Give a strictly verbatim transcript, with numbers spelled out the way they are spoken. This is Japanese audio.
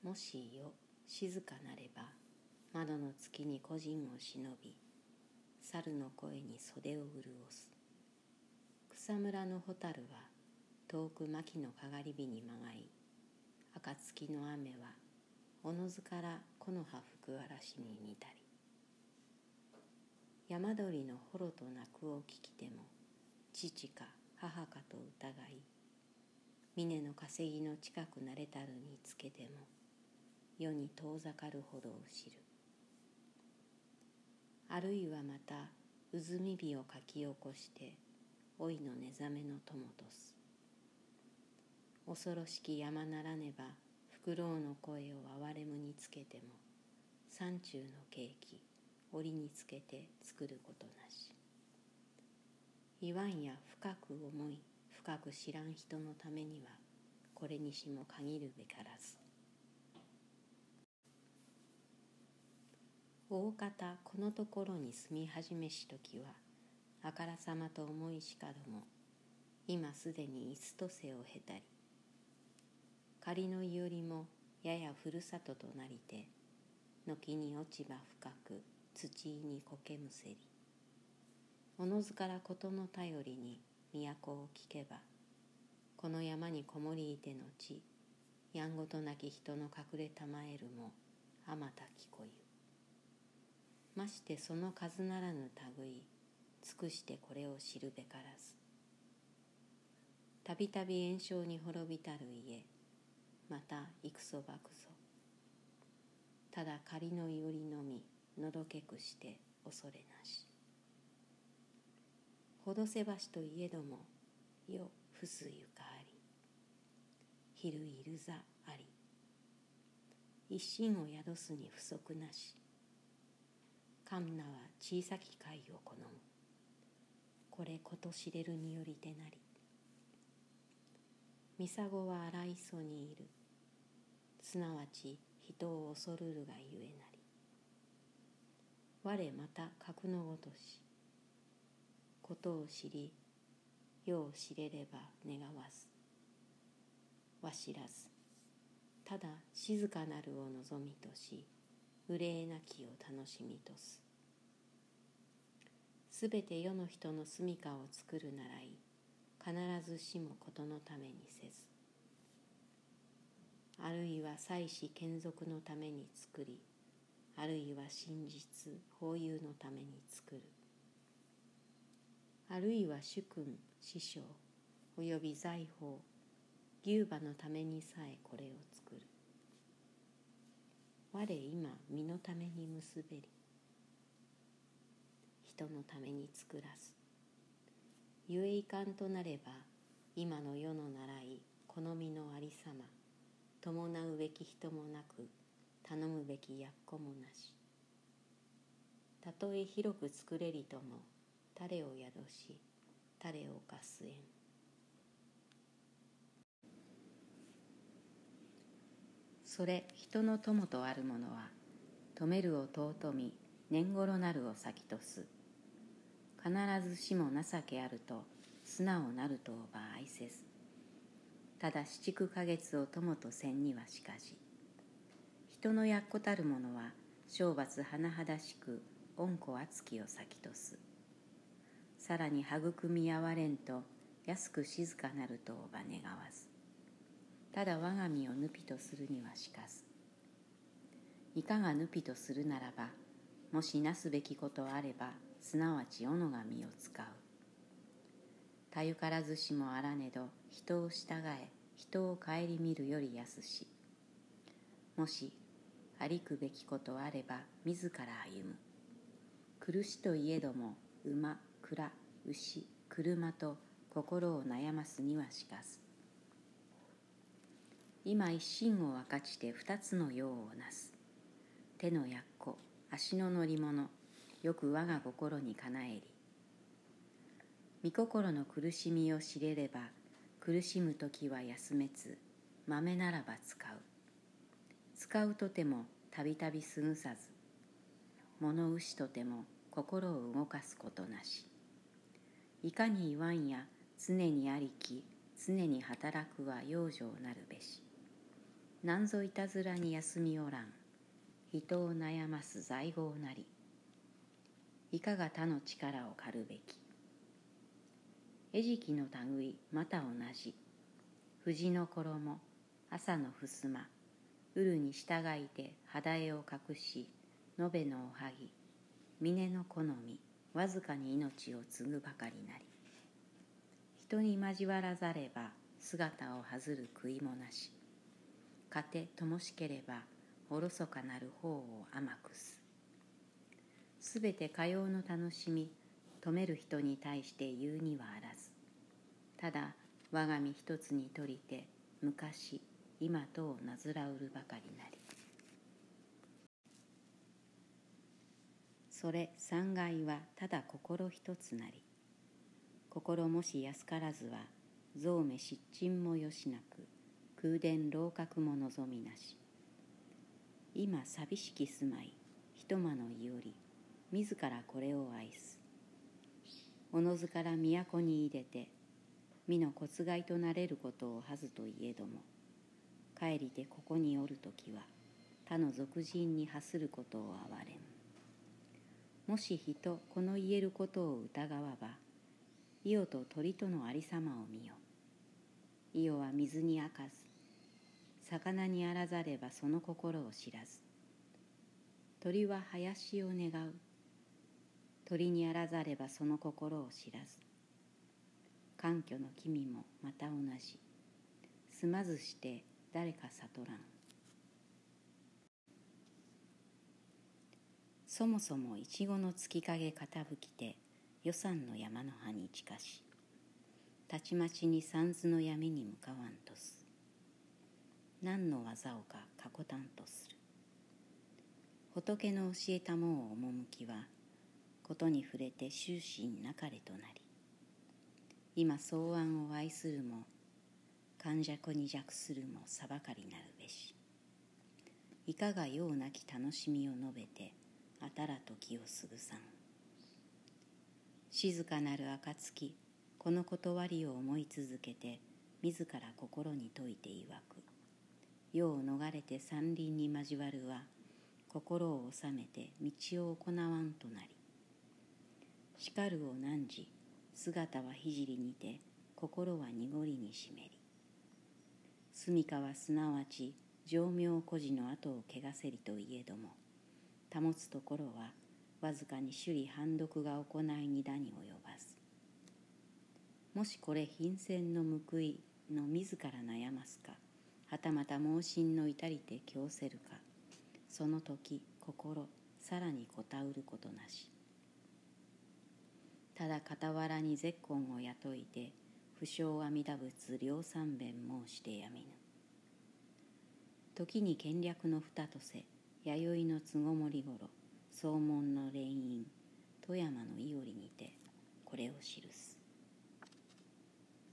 もし夜静かなれば窓の月に個人を忍び、猿の声に袖を潤す。草むらの蛍は遠く牧のかがり火にまがい、暁の雨はおのずから木の葉吹く嵐に似たり。山鳥のほろと鳴くを聞きても、父か母かと疑い、峰の稼ぎの近くなれたるにつけても、世に遠ざかるほどを知る。あるいはまた渦み火をかき起こして、老いの寝覚めの友とす。恐ろしき山ならねば、フクロウの声を哀れむにつけても、山中のケーキ、檻につけて作ることなし。言わんや深く思い、深く知らん人のためには、これにしも限るべからず。大方このところに住み始めしときは、あからさまと思いしかども、今すでにいつとせを経たり、仮のいよりもややふるさととなりて、軒に落ち葉深く、土に苔むせり。おのずからことの頼りに都を聞けば、この山にこもりいてのち、やんごとなき人の隠れたまえるも、あまた聞こゆ。ましてその数ならぬ類、尽くしてこれを知るべからず。たびたび炎症に滅びたる家、また幾そばくぞ。ただ仮のいよりのみ、のどけくして恐れなし。ほどせばしといえども、よふすゆかあり。昼いるざあり。一心を宿すに不足なし。カンナは小さき貝を好む。これこと知れるによりてなり。ミサゴは荒磯にいる。すなわち人を恐るるがゆえなり。我また格のごとし。ことを知り、世を知れれば願わず。わしらず。ただ静かなるを望みとし、憂いなきを楽しみとす。すべて世の人の住みかを作るならい、必ずしもことのためにせず。あるいは祭祀眷属のために作り、あるいは真実法有のために作る。あるいは主君師匠および財宝牛馬のためにさえこれを作る。我今身のために結べり。人のために作らず。ゆえいかんとなれば、今の世の習い好みのありさま、伴うべき人もなく、頼むべき奴もなし。たとえ広く作れりとも、種を宿し、種をかすえん。それ人の友とあるものは、止めるを尊み、年頃なるを先とす。必ずしも情けあると、素直なるとをば愛せず。ただ七九ヶ月を友とせんにはしかし。人のやっこたるものは、正罰甚だしく、温故厚きを先とす。さらに育みあわれんと、安く静かなるとをば願わず。ただ我が身をぬぴとするにはしかず。いかがぬぴとするならば、もしなすべきことあれば、すなわち斧が身を使う。たゆからずしもあらねど、人を従え、人を顧みるよりやすし。もし、ありくべきことあれば、自ら歩む。苦しといえども、馬、蔵、牛、車と心を悩ますにはしかず。今一心を分かちて二つの用をなす。手のやっこ、足の乗り物、よく我が心にかなえり。御心の苦しみを知れれば、苦しむときは休めず、豆ならば使う。使うとてもたびたびすぐさず、物牛とても心を動かすことなし。いかに言わんや常にありき、常に働くは養生なるべし。 なんぞいたずらに休みおらん。人を悩ます財宝なり。いかが他の力を借るべき。餌食の類また同じ。藤の衣、朝の襖、潤に従いて肌絵を隠し、延べのおはぎ、峰の好み、わずかに命を継ぐばかりなり。人に交わらざれば姿をはずる悔いもなし。かてともしければおろそかなる方を甘くす。すべてかようの楽しみ、止める人に対して言うにはあらず。ただ我が身一つにとりて、昔、今とをなずらうるばかりなり。それ三階はただ心一つなり。心もし安からずは、増目失沈もよしなく、空伝楼閣も望みなし。今寂しき住まい、一間のいおり、自らこれを愛す。おのずから都に入れて、身の骨骸となれることをはずといえども、帰りてここにおるときは、他の俗人に発することを哀れん。もし人この言えることを疑わば、伊予と鳥とのありさまを見よ。伊予は水にあかず、魚にあらざればその心を知らず。鳥は林を願う。鳥にあらざればその心を知らず。環境の君もまた同じ。すまずして誰か悟らん。そもそもいちごの月影傾きて、予算の山の葉に近し。たちまちに三途の闇に向かわんとす。何の技をかかこたんとする。仏の教えたもう趣は、ことに触れて終身なかれとなり。今草案を愛するも、寛弱に弱するも裁かりなるべし。いかがようなき楽しみを述べて、あたら時を過ぐさん。静かなる暁、この断りを思い続けて、自ら心に説いていわく。世を逃れて山林に交わるは、心を収めて道を行わんとなり。叱るを汝、姿は聖にて、心は濁りにしめり。住処はすなわち、浄明孤児の後を汚せりといえども、保つところは、わずかに首里判読が行いにだに及ばず。もしこれ品箋の報いの自ら悩ますか、はたまた盲信の至りて強せるか、その時心さらにこたうることなし。ただ傍らに絶根を雇いて、不詳阿弥陀仏両三遍申してやみぬ。時に権略の二とせ、弥生のつごもりごろ、総門の霊院、富山のいおりにて、これを記す。